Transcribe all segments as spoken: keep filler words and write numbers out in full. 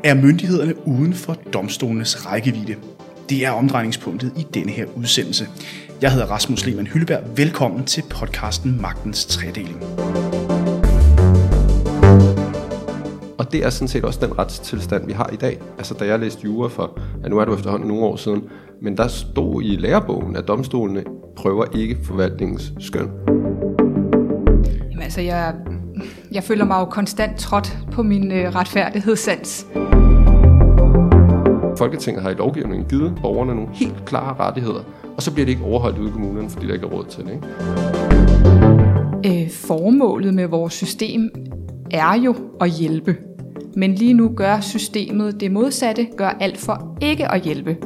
Er myndighederne uden for domstolenes rækkevidde? Det er omdrejningspunktet i denne her udsendelse. Jeg hedder Rasmus Lehmann Hylleberg. Velkommen til podcasten Magtens Tredeling. Og det er sådan set også den retstilstand, vi har i dag. Altså da jeg læste jura for, ja, nu er det efterhånden nogle år siden, men der stod i lærebogen, at domstolene prøver ikke forvaltningens skøn. Jamen altså, jeg, jeg føler mig jo konstant trådt på min øh, retfærdighedssans. Folketinget har i lovgivningen givet borgerne nogle helt klare rettigheder, og så bliver det ikke overholdt ude i kommunerne, fordi der ikke er råd til det, ikke? Øh, formålet med vores system er jo at hjælpe. Men lige nu gør systemet det modsatte, gør alt for ikke at hjælpe.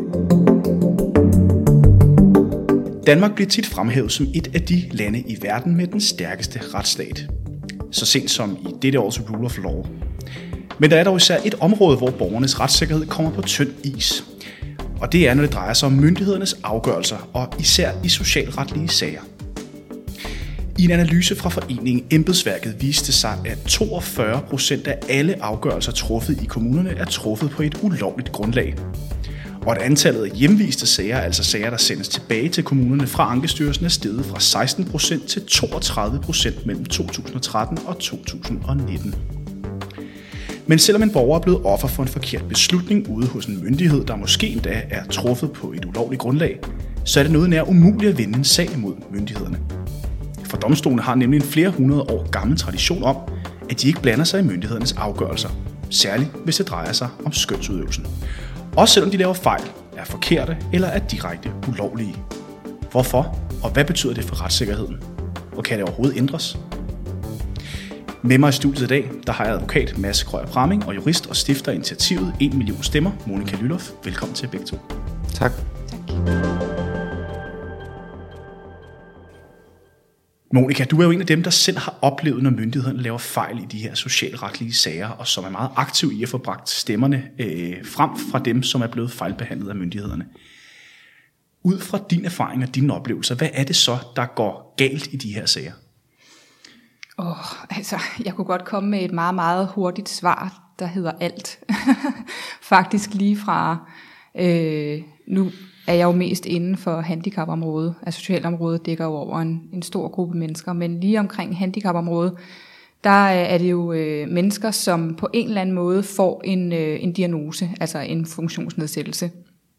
Danmark bliver tit fremhævet som et af de lande i verden med den stærkeste retsstat. Så sent som i dette års Rule of Law. Men der er dog især et område, hvor borgernes retssikkerhed kommer på tynd is. Og det er, når det drejer sig om myndighedernes afgørelser, og især i socialretlige sager. I en analyse fra foreningen Embedsværket viste sig, at toogfyrre procent af alle afgørelser truffet i kommunerne er truffet på et ulovligt grundlag. Og at antallet af hjemviste sager, altså sager, der sendes tilbage til kommunerne fra Ankestyrelsen, er steget fra seksten procent til toogtredive procent mellem to tusind og tretten og to tusind og nitten. Men selvom en borger er blevet offer for en forkert beslutning ude hos en myndighed, der måske endda er truffet på et ulovligt grundlag, så er det noget nær umuligt at vinde en sag mod myndighederne. For domstolene har nemlig en flere hundrede år gammel tradition om, at de ikke blander sig i myndighedernes afgørelser, særligt hvis det drejer sig om skønsudøvelsen. Også selvom de laver fejl, er forkerte eller er direkte ulovlige. Hvorfor, og hvad betyder det for retssikkerheden? Og kan det overhovedet ændres? Med mig i studiet i dag, der har jeg advokat Mads Krøyer Pramming og jurist og stifter af initiativet en million stemmer, Monika Lylloff. Velkommen til begge to. Tak. Monika, du er jo en af dem, der selv har oplevet, når myndighederne laver fejl i de her socialretlige sager, og som er meget aktiv i at få bragt stemmerne øh, frem fra dem, som er blevet fejlbehandlet af myndighederne. Ud fra din erfaring og dine oplevelser, hvad er det så, der går galt i de her sager? Åh, oh, altså, jeg kunne godt komme med et meget, meget hurtigt svar, der hedder alt. Faktisk lige fra, øh, nu er jeg jo mest inden for handicapområdet, altså socialområdet dækker jo over en, en stor gruppe mennesker, men lige omkring handicapområdet, der er det jo øh, mennesker, som på en eller anden måde får en, øh, en diagnose, altså en funktionsnedsættelse.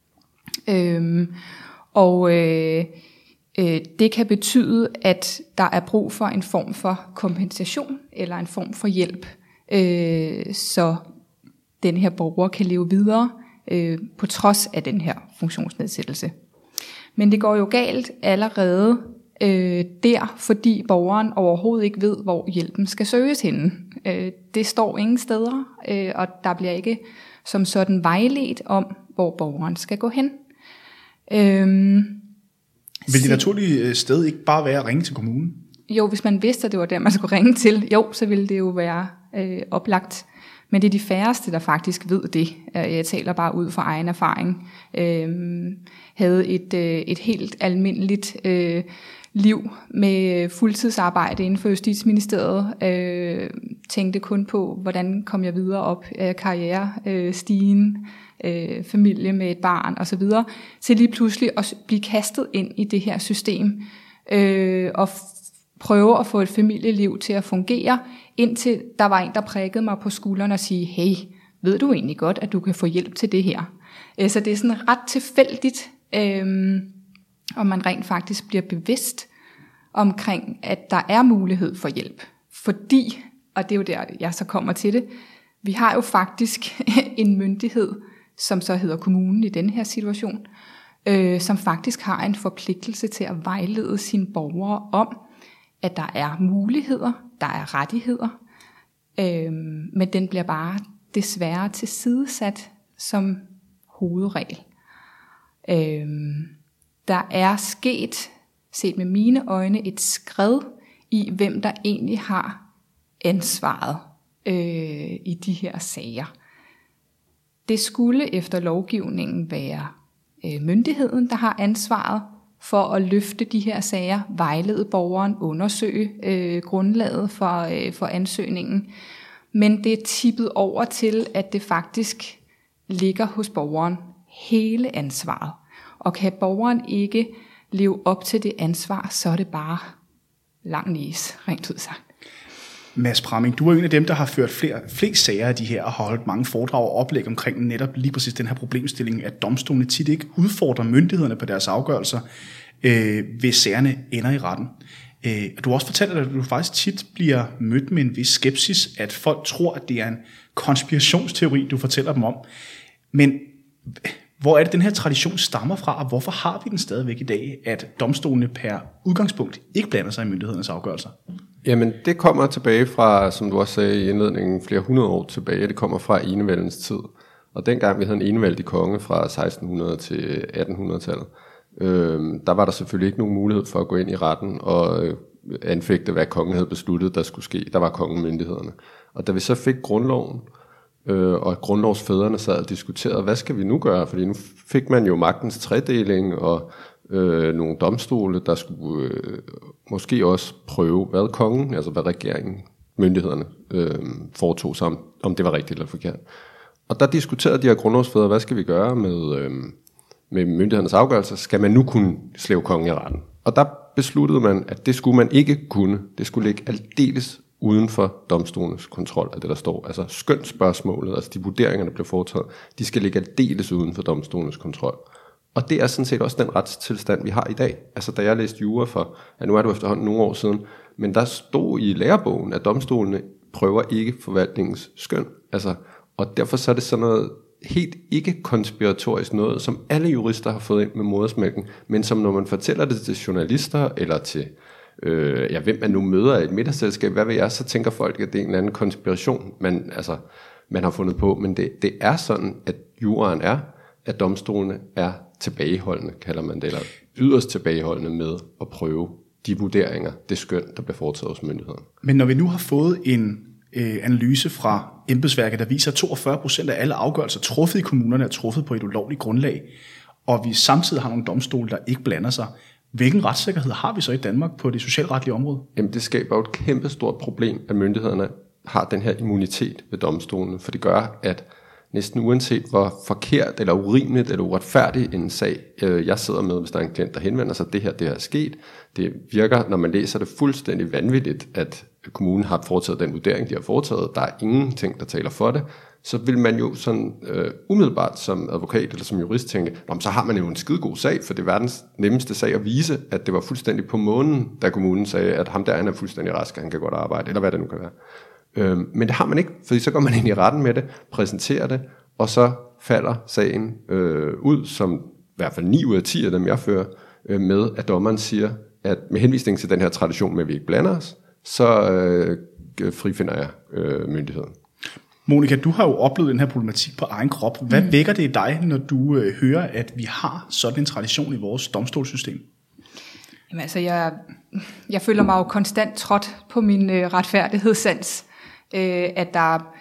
Øhm, og øh, øh, det kan betyde, at der er brug for en form for kompensation, eller en form for hjælp, øh, så den her borger kan leve videre, Øh, på trods af den her funktionsnedsættelse. Men det går jo galt allerede øh, der, fordi borgeren overhovedet ikke ved, hvor hjælpen skal søges henne. Øh, det står ingen steder, øh, og der bliver ikke som sådan vejledt om, hvor borgeren skal gå hen. Øh, Vil det naturlige sted ikke bare være at ringe til kommunen? Jo, hvis man vidste, at det var der, man skulle ringe til, jo, så ville det jo være øh, oplagt. Men det er de færreste, der faktisk ved det. Jeg taler bare ud fra egen erfaring. Øhm, havde et, øh, et helt almindeligt øh, liv med fuldtidsarbejde inden for Justitsministeriet. Øh, tænkte kun på, hvordan kom jeg videre op af karrierestigen, øh, familie med et barn osv. Til lige pludselig at blive kastet ind i det her system øh, og prøve at få et familieliv til at fungere, indtil der var en, der prikkede mig på skulderen og sige, hey, ved du egentlig godt, at du kan få hjælp til det her? Så det er sådan ret tilfældigt, øhm, og man rent faktisk bliver bevidst omkring, at der er mulighed for hjælp. Fordi, og det er jo der, jeg så kommer til det, vi har jo faktisk en myndighed, som så hedder kommunen i denne her situation, øh, som faktisk har en forpligtelse til at vejlede sine borgere om, at der er muligheder, der er rettigheder, øhm, men den bliver bare desværre tilsidesat som hovedregel. Øhm, der er sket, set med mine øjne, et skred i, hvem der egentlig har ansvaret øh, i de her sager. Det skulle efter lovgivningen være øh, myndigheden, der har ansvaret for at løfte de her sager, vejlede borgeren, undersøge øh, grundlaget for, øh, for ansøgningen. men det er tippet over til, at det faktisk ligger hos borgeren hele ansvaret. Og kan borgeren ikke leve op til det ansvar, så er det bare lang næse, rent ud sagt. Mads Pramming, du er en af dem, der har ført flere, flest sager af de her, og har holdt mange foredrag og oplæg omkring netop lige præcis den her problemstilling, at domstolene tit ikke udfordrer myndighederne på deres afgørelser, øh, hvis sagerne ender i retten. Øh, du har også fortalt, at du faktisk tit bliver mødt med en vis skepsis, at folk tror, at det er en konspirationsteori, du fortæller dem om. Men hvor er det, den her tradition stammer fra, og hvorfor har vi den stadigvæk i dag, at domstolene per udgangspunkt ikke blander sig i myndighedernes afgørelser? Jamen, det kommer tilbage fra, som du også sagde i indledningen, flere hundrede år tilbage. Det kommer fra enevældens tid. Og dengang vi havde en enevældig konge fra seksten hundrede til atten hundrede-tallet, øh, der var der selvfølgelig ikke nogen mulighed for at gå ind i retten og øh, anfægte, hvad kongen havde besluttet, der skulle ske. Der var kongen myndighederne. Og da vi så fik grundloven, øh, og grundlovsfædrene sad og diskuterede, hvad skal vi nu gøre? Fordi nu fik man jo magtens tredeling og øh, nogle domstole, der skulle øh, måske også prøve, hvad kongen, altså hvad regeringen, myndighederne, øh, foretog sig, om det var rigtigt eller forkert. Og der diskuterede de her grundlovsfædre, hvad skal vi gøre med, øh, med myndighedernes afgørelser? Skal man nu kunne slæve kongen i retten? Og der besluttede man, at det skulle man ikke kunne. Det skulle ligge aldeles uden for domstolenes kontrol af det, der står. Altså skønsspørgsmålet, altså de vurderinger, der bliver foretaget, de skal ligge aldeles uden for domstolenes kontrol. Og det er sådan set også den retstilstand, vi har i dag. Altså da jeg læste jura for, ja, nu er det efterhånden nogle år siden, men der stod i lærebogen, at domstolene prøver ikke forvaltningens skøn. Altså, og derfor så er det sådan noget helt ikke konspiratorisk noget, som alle jurister har fået ind med modersmælken, men som når man fortæller det til journalister, eller til øh, ja, hvem man nu møder i et middagsselskab, hvad ved jeg, så tænker folk, at det er en eller anden konspiration, man, altså, man har fundet på. Men det, det er sådan, at juraen er, at domstolene er tilbageholdende, kalder man det, eller yderst tilbageholdende med at prøve de vurderinger, det skøn, der bliver foretaget hos myndighederne. Men når vi nu har fået en øh, analyse fra embedsværket, der viser, at toogfyrre procent af alle afgørelser truffet i kommunerne er truffet på et ulovligt grundlag, og vi samtidig har nogle domstole, der ikke blander sig, hvilken retssikkerhed har vi så i Danmark på det socialretlige område? Jamen det skaber jo et kæmpestort problem, at myndighederne har den her immunitet ved domstolene, for det gør, at næsten uanset hvor forkert eller urimeligt eller uretfærdigt en sag, øh, jeg sidder med, hvis der er en klient, der henvender sig, det her, det her er sket. Det virker, når man læser det, fuldstændig vanvittigt, at kommunen har foretaget den vurdering, de har foretaget. Der er ingenting, der taler for det. Så vil man jo sådan øh, umiddelbart som advokat eller som jurist tænke, så har man jo en skidegod sag, for det er verdens nemmeste sag at vise, at det var fuldstændig på månen, da kommunen sagde, at ham der han er fuldstændig rask, han kan godt arbejde, eller hvad det nu kan være. Øhm, men det har man ikke, fordi så går man ind i retten med det, præsenterer det, og så falder sagen øh, ud, som i hvert fald ni ud af ti af dem, jeg fører, øh, med at dommeren siger, at med henvisning til den her tradition med, at vi ikke blander os, så øh, frifinder jeg øh, myndigheden. Monika, du har jo oplevet den her problematik på egen krop. Hvad mm. vækker det i dig, når du øh, hører, at vi har sådan en tradition i vores domstolssystem? Jamen altså, jeg, jeg føler mig jo konstant trådt på min øh, retfærdighedssans. Øh, at der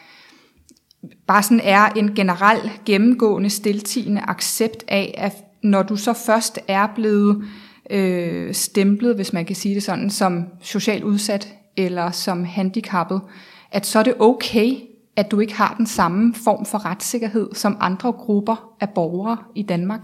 bare sådan er en generel gennemgående stiltiende accept af, at når du så først er blevet øh, stemplet, hvis man kan sige det sådan, som socialt udsat eller som handicappet, at så er det okay, at du ikke har den samme form for retssikkerhed som andre grupper af borgere i Danmark.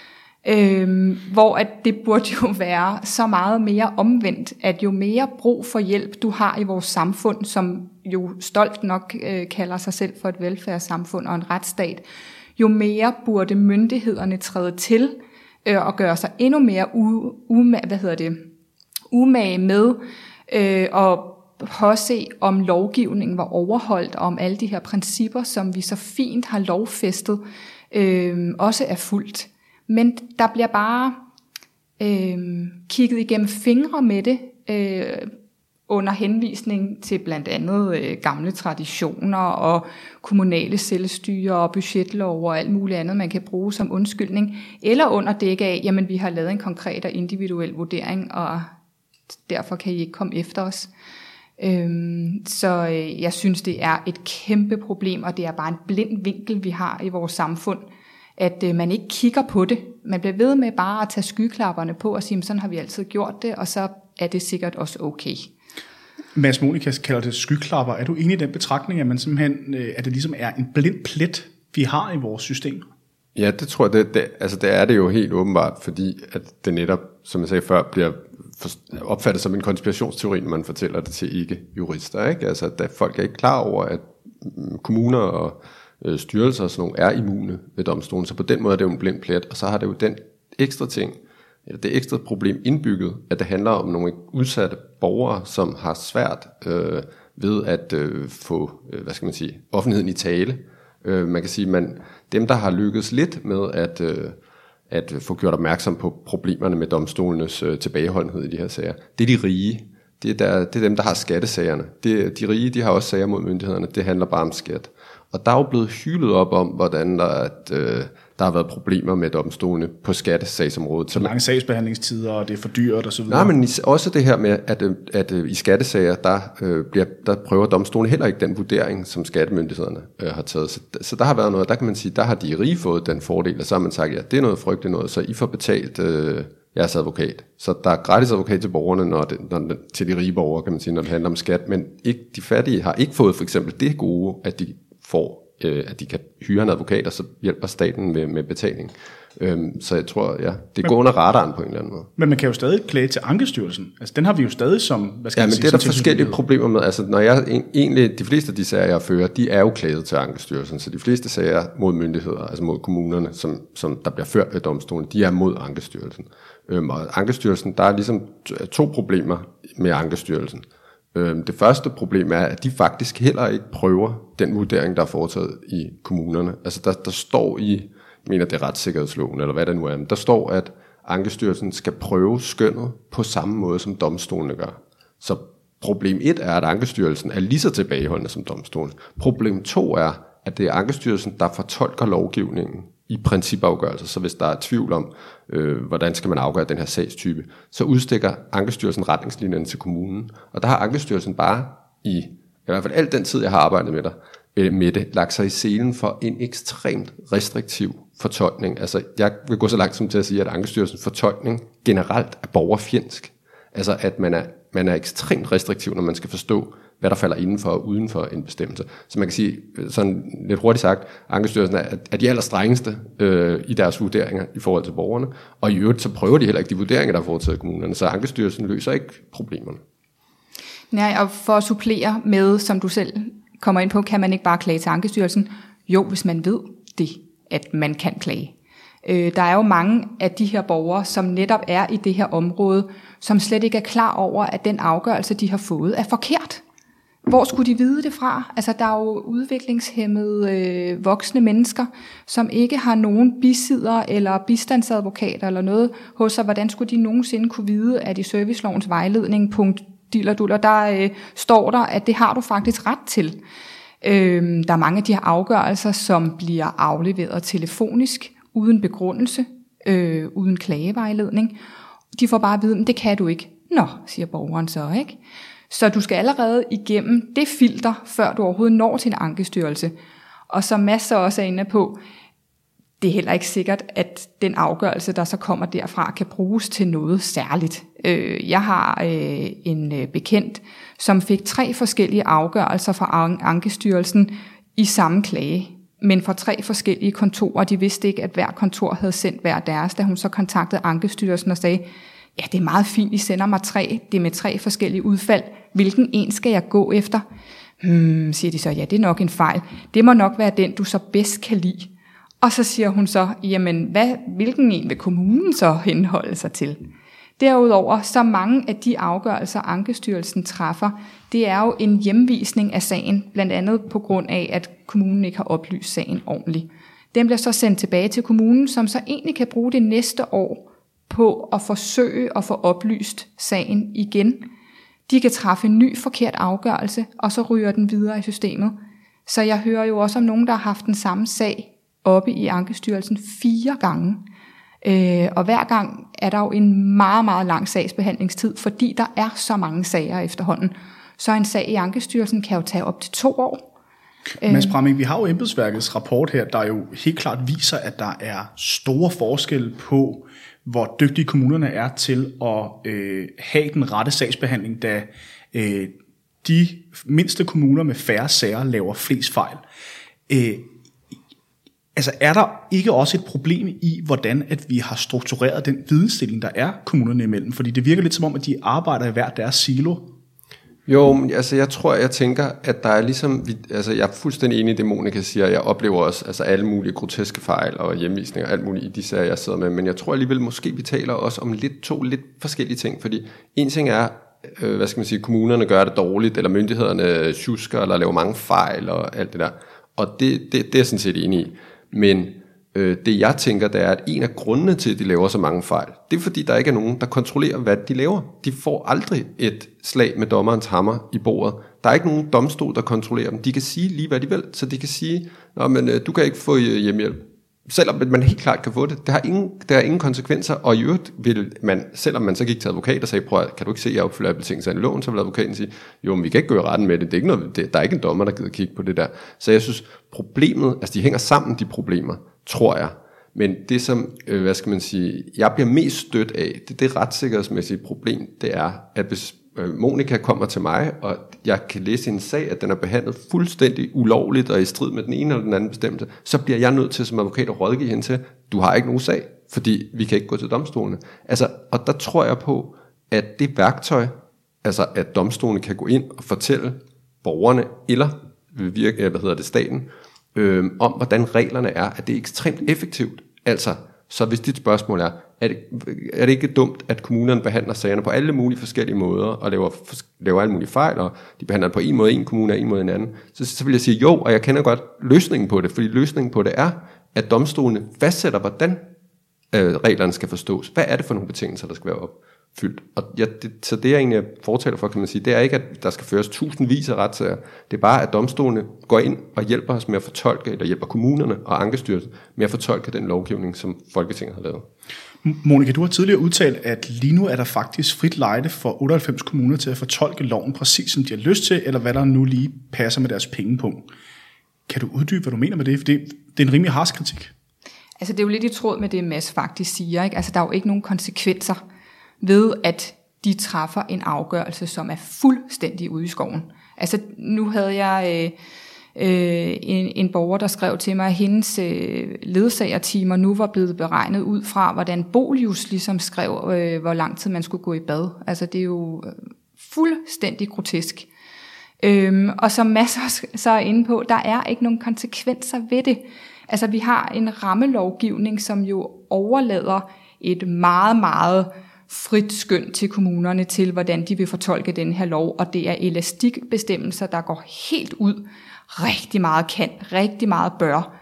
Øhm, hvor at det burde jo være så meget mere omvendt, at jo mere brug for hjælp du har i vores samfund, som jo stolt nok øh, kalder sig selv for et velfærdssamfund og en retsstat, jo mere burde myndighederne træde til øh, og gøre sig endnu mere u- umage, hvad hedder det, umage med øh, og påse, om lovgivningen var overholdt, og om alle de her principper, som vi så fint har lovfæstet, øh, også er fulgt. Men der bliver bare øh, kigget igennem fingre med det, øh, under henvisning til blandt andet øh, gamle traditioner og kommunale selvstyre og budgetlov og alt muligt andet, man kan bruge som undskyldning, eller under dække af, jamen vi har lavet en konkret og individuel vurdering, og derfor kan I ikke komme efter os. Øhm, så øh, jeg synes, det er et kæmpe problem, og det er bare en blind vinkel, vi har i vores samfund, at øh, man ikke kigger på det. Man bliver ved med bare at tage skyklapperne på og sige, sådan har vi altid gjort det, og så er det sikkert også okay. Mads Monica kalder det skyklapper. Er du enig i den betragtning, at, man simpelthen, at det ligesom er en blind plet, vi har i vores system? Ja, det tror jeg, det, det, altså det er det jo helt åbenbart, fordi at det netop, som jeg sagde før, bliver opfattet som en konspirationsteori, når man fortæller det til ikke-jurister. Ikke? Altså, at folk er ikke klar over, at kommuner og øh, styrelser og sådan nogle er immune ved domstolen, så på den måde er det jo en blind plet, og så har det jo den ekstra ting, eller det ekstra problem indbygget, at det handler om nogle udsatte borgere, som har svært øh, ved at øh, få, øh, hvad skal man sige, offentligheden i tale. Øh, man kan sige, man dem der har lykkedes lidt med at øh, at få gjort opmærksom på problemerne med domstolenes øh, tilbageholdenhed i de her sager, det er de rige. Det er, der, det er dem, der har skattesagerne. Det, de rige, de har også sager mod myndighederne. Det handler bare om skat. Og der er jo blevet hyldet op om, hvordan der, at, øh, der har været problemer med domstolene på skattesagsområdet. Så lange sagsbehandlingstider, og det er for dyrt og så videre. Nej, men også det her med, at, at, at i skattesager, der, øh, bliver, der prøver domstolen heller ikke den vurdering, som skattemyndighederne øh, har taget. Så, så der har været noget, der kan man sige, der har de rige fået den fordel, og så har man sagt, ja, det er noget frygteligt noget, så I får betalt øh, jeres advokat. Så der er gratis advokat til borgerne, når det, når det, til de rige borgere, kan man sige, når det handler om skat, men ikke, de fattige har ikke fået for eksempel det gode, at de får, øh, at de kan hyre en advokat, og så hjælper staten med, med betaling. Øhm, så jeg tror, ja, det går under radaren på en eller anden måde. Men man kan jo stadig klage til Ankestyrelsen. Altså, den har vi jo stadig som, hvad skal ja, man men sige, det er der forskellige problemer med. Altså, når jeg egentlig, de fleste af de sager, jeg fører, de er jo klaget til Ankestyrelsen, så de fleste sager mod myndigheder, altså mod kommunerne, som, som der bliver ført ved domstolen, de er mod Ankestyrelsen. Øhm, og Ankestyrelsen, der er ligesom to problemer med Ankestyrelsen. Øhm, det første problem er, at de faktisk heller ikke prøver den vurdering, der er foretaget i kommunerne. Altså, der, der står i, jeg mener det er retssikkerhedsloven, eller hvad det nu er, der står, at Ankestyrelsen skal prøve skønnet på samme måde, som domstolene gør. Så problem et er, at Ankestyrelsen er lige så tilbageholdende som domstolen. Problem to er, at det er Ankestyrelsen, der fortolker lovgivningen i principafgørelser. Så hvis der er tvivl om, øh, hvordan skal man afgøre den her sagstype, så udstikker Ankestyrelsen retningslinjerne til kommunen. Og der har Ankestyrelsen bare i, i hvert fald al den tid, jeg har arbejdet med, der, øh, med det, lagt sig i selen for en ekstremt restriktiv fortolkning. Altså, jeg vil gå så langt som til at sige, at Ankestyrelsens fortolkning generelt er borgerfjendsk. Altså, at man er, man er ekstremt restriktiv, når man skal forstå, hvad der falder indenfor og uden for en bestemmelse. Så man kan sige, sådan lidt hurtigt sagt, Ankestyrelsen er, er de allerstrengeste øh, i deres vurderinger i forhold til borgerne, og i øvrigt så prøver de heller ikke de vurderinger, der er foretaget i kommunerne, så Ankestyrelsen løser ikke problemerne. Nej, og for at supplere med, som du selv kommer ind på, kan man ikke bare klage til Ankestyrelsen? Jo, hvis man ved det, at man kan klage. Øh, der er jo mange af de her borgere, som netop er i det her område, som slet ikke er klar over, at den afgørelse, de har fået, er forkert. Hvor skulle de vide det fra? Altså, der er jo udviklingshæmmede øh, voksne mennesker, som ikke har nogen bisidder eller bistandsadvokater eller noget hos sig. Hvordan skulle de nogensinde kunne vide, at i servicelovens vejledning, punkt dillerduller, der øh, står der, at det har du faktisk ret til. Øh, der er mange af de her afgørelser, som bliver afleveret telefonisk, uden begrundelse, øh, uden klagevejledning. De får bare at vide, at det kan du ikke. Nå, siger borgeren så, ikke? Så du skal allerede igennem det filter, før du overhovedet når til en ankestyrelse. Og som Mads også er inde på, det er heller ikke sikkert, at den afgørelse, der så kommer derfra, kan bruges til noget særligt. Jeg har en bekendt, som fik tre forskellige afgørelser fra Ankestyrelsen i samme klage, men fra tre forskellige kontorer. De vidste ikke, at hver kontor havde sendt hver deres, da hun så kontaktede Ankestyrelsen og sagde, ja, det er meget fint, I sender mig tre, det er med tre forskellige udfald. Hvilken en skal jeg gå efter? Hmm, siger de så, ja, det er nok en fejl. Det må nok være den, du så bedst kan lide. Og så siger hun så, jamen, hvad, hvilken en vil kommunen så henholde sig til? Derudover, så mange af de afgørelser, Ankestyrelsen træffer, det er jo en hjemvisning af sagen, blandt andet på grund af, at kommunen ikke har oplyst sagen ordentligt. Den bliver så sendt tilbage til kommunen, som så egentlig kan bruge det næste år på at forsøge at få oplyst sagen igen. De kan træffe en ny forkert afgørelse, og så ryger den videre i systemet. Så jeg hører jo også om nogen, der har haft den samme sag oppe i Ankestyrelsen fire gange. Øh, og hver gang er der jo en meget, meget lang sagsbehandlingstid, fordi der er så mange sager efterhånden. Så en sag i Ankestyrelsen kan jo tage op til to år. Mads Bramming, vi har jo embedsværkets rapport her, der jo helt klart viser, at der er store forskelle på, hvor dygtige kommunerne er til at øh, have den rette sagsbehandling, da øh, de mindste kommuner med færre sager laver flest fejl. Øh, altså er der ikke også et problem i, hvordan at vi har struktureret den vidensdeling, der er kommunerne imellem? Fordi det virker lidt som om, at de arbejder i hver deres silo. Jo, altså jeg tror, jeg tænker, at der er ligesom, altså jeg er fuldstændig enig i det, Monika siger, jeg oplever også altså alle mulige groteske fejl og hjemvisninger, alt muligt i de sager, jeg sidder med, men jeg tror alligevel, måske vi taler også om lidt to lidt forskellige ting, fordi en ting er, øh, hvad skal man sige, kommunerne gør det dårligt, eller myndighederne tjusker, eller laver mange fejl og alt det der, og det, det, det er jeg sådan set enig i, men øh, det jeg tænker, det er, at en af grundene til, at de laver så mange fejl, det er fordi, der ikke er nogen, der kontrollerer, hvad de laver. De får aldrig et slag med dommerens hammer i bordet. Der er ikke nogen domstol, der kontrollerer dem. De kan sige lige, hvad de vil. Så de kan sige, nå, men øh, du kan ikke få hjemmehjælp. Selvom man helt klart kan få det. Det har ingen, det har ingen konsekvenser, og i øvrigt vil man, selvom man så gik til advokat og sagde, prøv at, kan du ikke se, at jeg opfylder betingelserne i loven, så vil advokaten sige, jo, men vi kan ikke gå i retten med det. Det er ikke noget, det, der er ikke en dommer, der gider kigge på det der. Så jeg synes, problemet, altså de hænger sammen, de problemer, tror jeg. Men det som, øh, hvad skal man sige, jeg bliver mest stødt af, det det retssikkerhedsmæssige problem, det er, at hvis øh, Monika kommer til mig, og jeg kan læse i en sag, at den er behandlet fuldstændig ulovligt og i strid med den ene eller den anden bestemmelse, så bliver jeg nødt til som advokat at rådgive hende til, du har ikke nogen sag, fordi vi kan ikke gå til domstolene. Altså, og der tror jeg på, at det værktøj, altså at domstolene kan gå ind og fortælle borgerne, eller virke, hvad hedder det, staten, øh, om hvordan reglerne er, at det er ekstremt effektivt. Altså, så hvis dit spørgsmål er, er det, er det ikke dumt, at kommunerne behandler sagerne på alle mulige forskellige måder, og laver, laver alle mulige fejl, og de behandler på en måde en kommune, og en måde en anden, så, så vil jeg sige jo, og jeg kender godt løsningen på det, fordi løsningen på det er, at domstolene fastsætter, hvordan øh, reglerne skal forstås. Hvad er det for nogle betingelser, der skal være opfyldt? Og ja, det, så det jeg egentlig fortaler for, kan man sige, det er ikke, at der skal føres tusindvis af retssager. Det er bare, at domstolene går ind og hjælper os med at fortolke, eller hjælper kommunerne og Ankestyrelsen med at fortolke den lovgivning, som Folketinget har lavet. Monika, du har tidligere udtalt, at lige nu er der faktisk frit lejde for otteoghalvfems kommuner til at fortolke loven præcis som de har lyst til, eller hvad der nu lige passer med deres pengepunkt. Kan du uddybe, hvad du mener med det? For det, det er en rimelig harsk kritik. Altså det er jo lidt i tråd med det, Mads faktisk siger. Ikke? Altså der er jo ikke nogen konsekvenser ved, at de træffer en afgørelse, som er fuldstændig ude i skoven. Altså nu havde jeg øh, øh, en, en borger, der skrev til mig, at hendes øh, ledsagertimer nu var blevet beregnet ud fra, hvordan Bolius ligesom skrev, øh, hvor lang tid man skulle gå i bad. Altså det er jo fuldstændig grotesk. Øhm, og som Mads så er inde på, der er ikke nogen konsekvenser ved det. Altså vi har en rammelovgivning, som jo overlader et meget, meget frit skøn til kommunerne til, hvordan de vil fortolke den her lov, og det er elastikbestemmelser, der går helt ud. Rigtig meget kan, rigtig meget bør.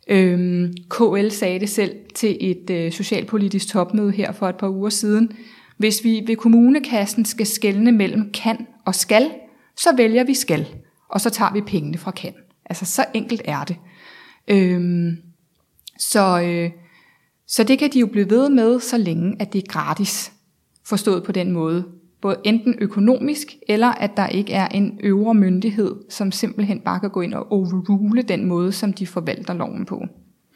Øhm, K L sagde det selv til et øh, socialpolitisk topmøde her for et par uger siden. Hvis vi ved kommunekassen skal skelne mellem kan og skal, så vælger vi skal, og så tager vi pengene fra kan. Altså så enkelt er det. Øhm, så, øh, så det kan de jo blive ved med, så længe at det er gratis, forstået på den måde. Både enten økonomisk, eller at der ikke er en øvre myndighed, som simpelthen bare kan gå ind og overrule den måde, som de forvalter loven på.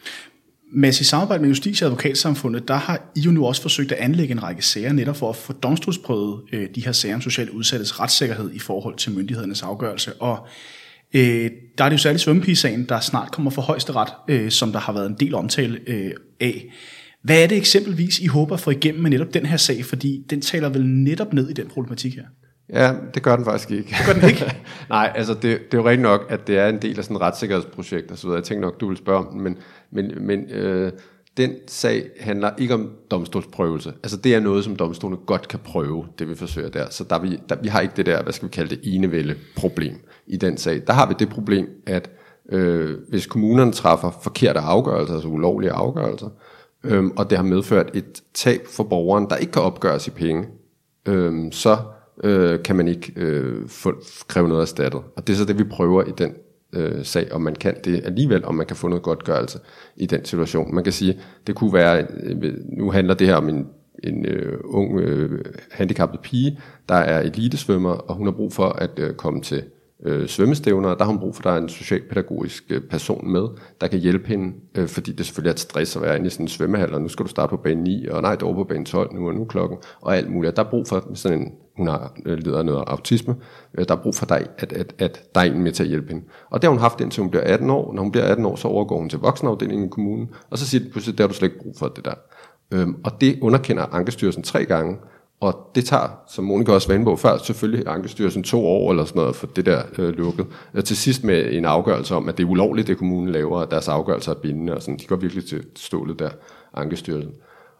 Men i samarbejde med Justitia og Advokatsamfundet, der har I jo nu også forsøgt at anlægge en række sager, netop for at få domstolsprøvet øh, de her sager om socialt udsattes retssikkerhed i forhold til myndighedernes afgørelse. Og øh, der er det jo særligt svømmepigesagen, der snart kommer for højesteret, øh, som der har været en del omtale øh, af. Hvad er det eksempelvis, I håber at få igennem med netop den her sag, fordi den taler vel netop ned i den problematik her? Ja, det gør den faktisk ikke. Det gør den ikke? Nej, altså det, det er jo rigtig nok, at det er en del af sådan et retssikkerhedsprojekt og så videre. Jeg tænker nok, du vil spørge om den, men, men, men øh, den sag handler ikke om domstolsprøvelse. Altså det er noget, som domstolene godt kan prøve, det vi forsøger der. Så der vi, der, vi har ikke det der, hvad skal vi kalde det, enevælde problem i den sag. Der har vi det problem, at øh, hvis kommunerne træffer forkerte afgørelser, altså ulovlige afgørelser, øh, og det har medført et tab for borgeren, der ikke kan opgøres i penge, øh, så øh, kan man ikke øh, få, kræve noget erstattet. Og det er så det, vi prøver i den øh, sag, om man kan det alligevel, om man kan få noget godtgørelse i den situation. Man kan sige, det kunne være, øh, nu handler det her om en, en øh, ung øh, handicappet pige, der er elitesvømmer, og hun har brug for at øh, komme til øh, svømmestævner, og der har hun brug for, at der er en socialpædagogisk øh, person med, der kan hjælpe hende, øh, fordi det selvfølgelig er et stress at være inde i sådan en svømmehal, og nu skal du starte på bane ni, og nej, det er over på bane tolv nu, og nu er klokken, og alt muligt. Der er brug for sådan en, hun har øh, lider af noget autisme, øh, der er brug for, dig, at, at, at der er en med til at hjælpe hende. Og det har hun haft indtil hun bliver atten år. Når hun bliver atten år, så overgår hun til voksenafdelingen i kommunen, og så siger de pludselig, der har du slet ikke brug for det der. Øhm, og det underkender Ankestyrelsen tre gange, og det tager, som Monika også var inde på før, selvfølgelig Ankestyrelsen to år eller sådan noget for det der øh, lukket. Øh, til sidst med en afgørelse om, at det er ulovligt, det kommunen laver, og deres afgørelser er bindende, og sådan. De går virkelig til stålet der, Ankestyrelsen.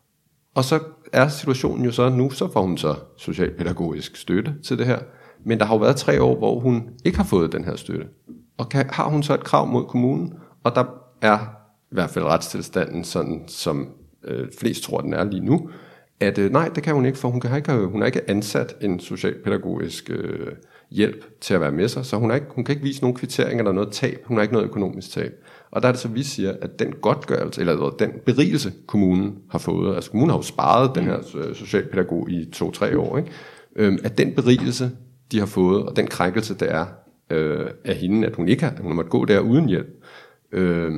Og så er situationen jo så, nu så får hun så socialpædagogisk støtte til det her, men der har jo været tre år, hvor hun ikke har fået den her støtte. Og kan, har hun så et krav mod kommunen, og der er i hvert fald retstilstanden sådan, som øh, flest tror, den er lige nu, at øh, nej, det kan hun ikke, for hun, kan ikke, hun har ikke ansat en socialpædagogisk øh, hjælp til at være med sig, så hun, er ikke, hun kan ikke vise nogen kvittering eller noget tab, hun har ikke noget økonomisk tab. Og der er det så, vi siger, at den godtgørelse, eller den berigelse, kommunen har fået, altså kommunen har jo sparet den her socialpædagog i to-tre år, ikke? Øhm, at den berigelse, de har fået, og den krænkelse, der er øh, af hende, at hun ikke har, hun har måttet gå der uden hjælp, øh,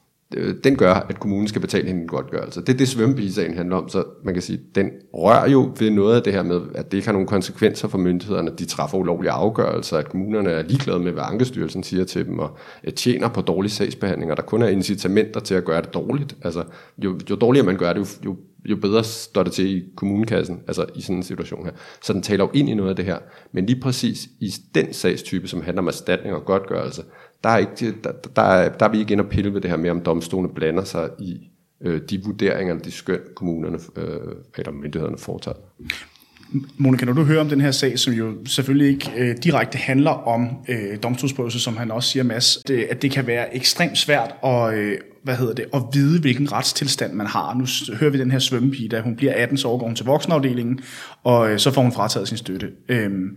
den gør, at kommunen skal betale hende en godtgørelse. Det er det, svømmepigesagen handler om, så man kan sige, den rører jo ved noget af det her med, at det ikke har nogen konsekvenser for myndighederne. De træffer ulovlige afgørelser, at kommunerne er ligeglade med, hvad Ankestyrelsen siger til dem, og tjener på dårlig sagsbehandling, og der kun er incitamenter til at gøre det dårligt. Altså, jo, jo dårligere man gør det, jo, jo bedre står det til i kommunekassen, altså i sådan en situation her. Så den taler jo ind i noget af det her. Men lige præcis i den sagstype, som handler om erstatning og godtgørelse, der er, ikke, der, der, er, der er vi ikke inde og pille ved det her med, om domstolene blander sig i øh, de vurderinger, de skøn kommunerne øh, eller myndighederne foretager. Monika, når du hører om den her sag, som jo selvfølgelig ikke øh, direkte handler om øh, domstolsprøvelse, som han også siger, Mads, det, at det kan være ekstremt svært at, øh, hvad hedder det, at vide, hvilken retstilstand man har. Nu hører vi den her svømmepige, da hun bliver atten, så overgår hun til voksenafdelingen, og øh, så får hun frataget sin støtte. Øhm,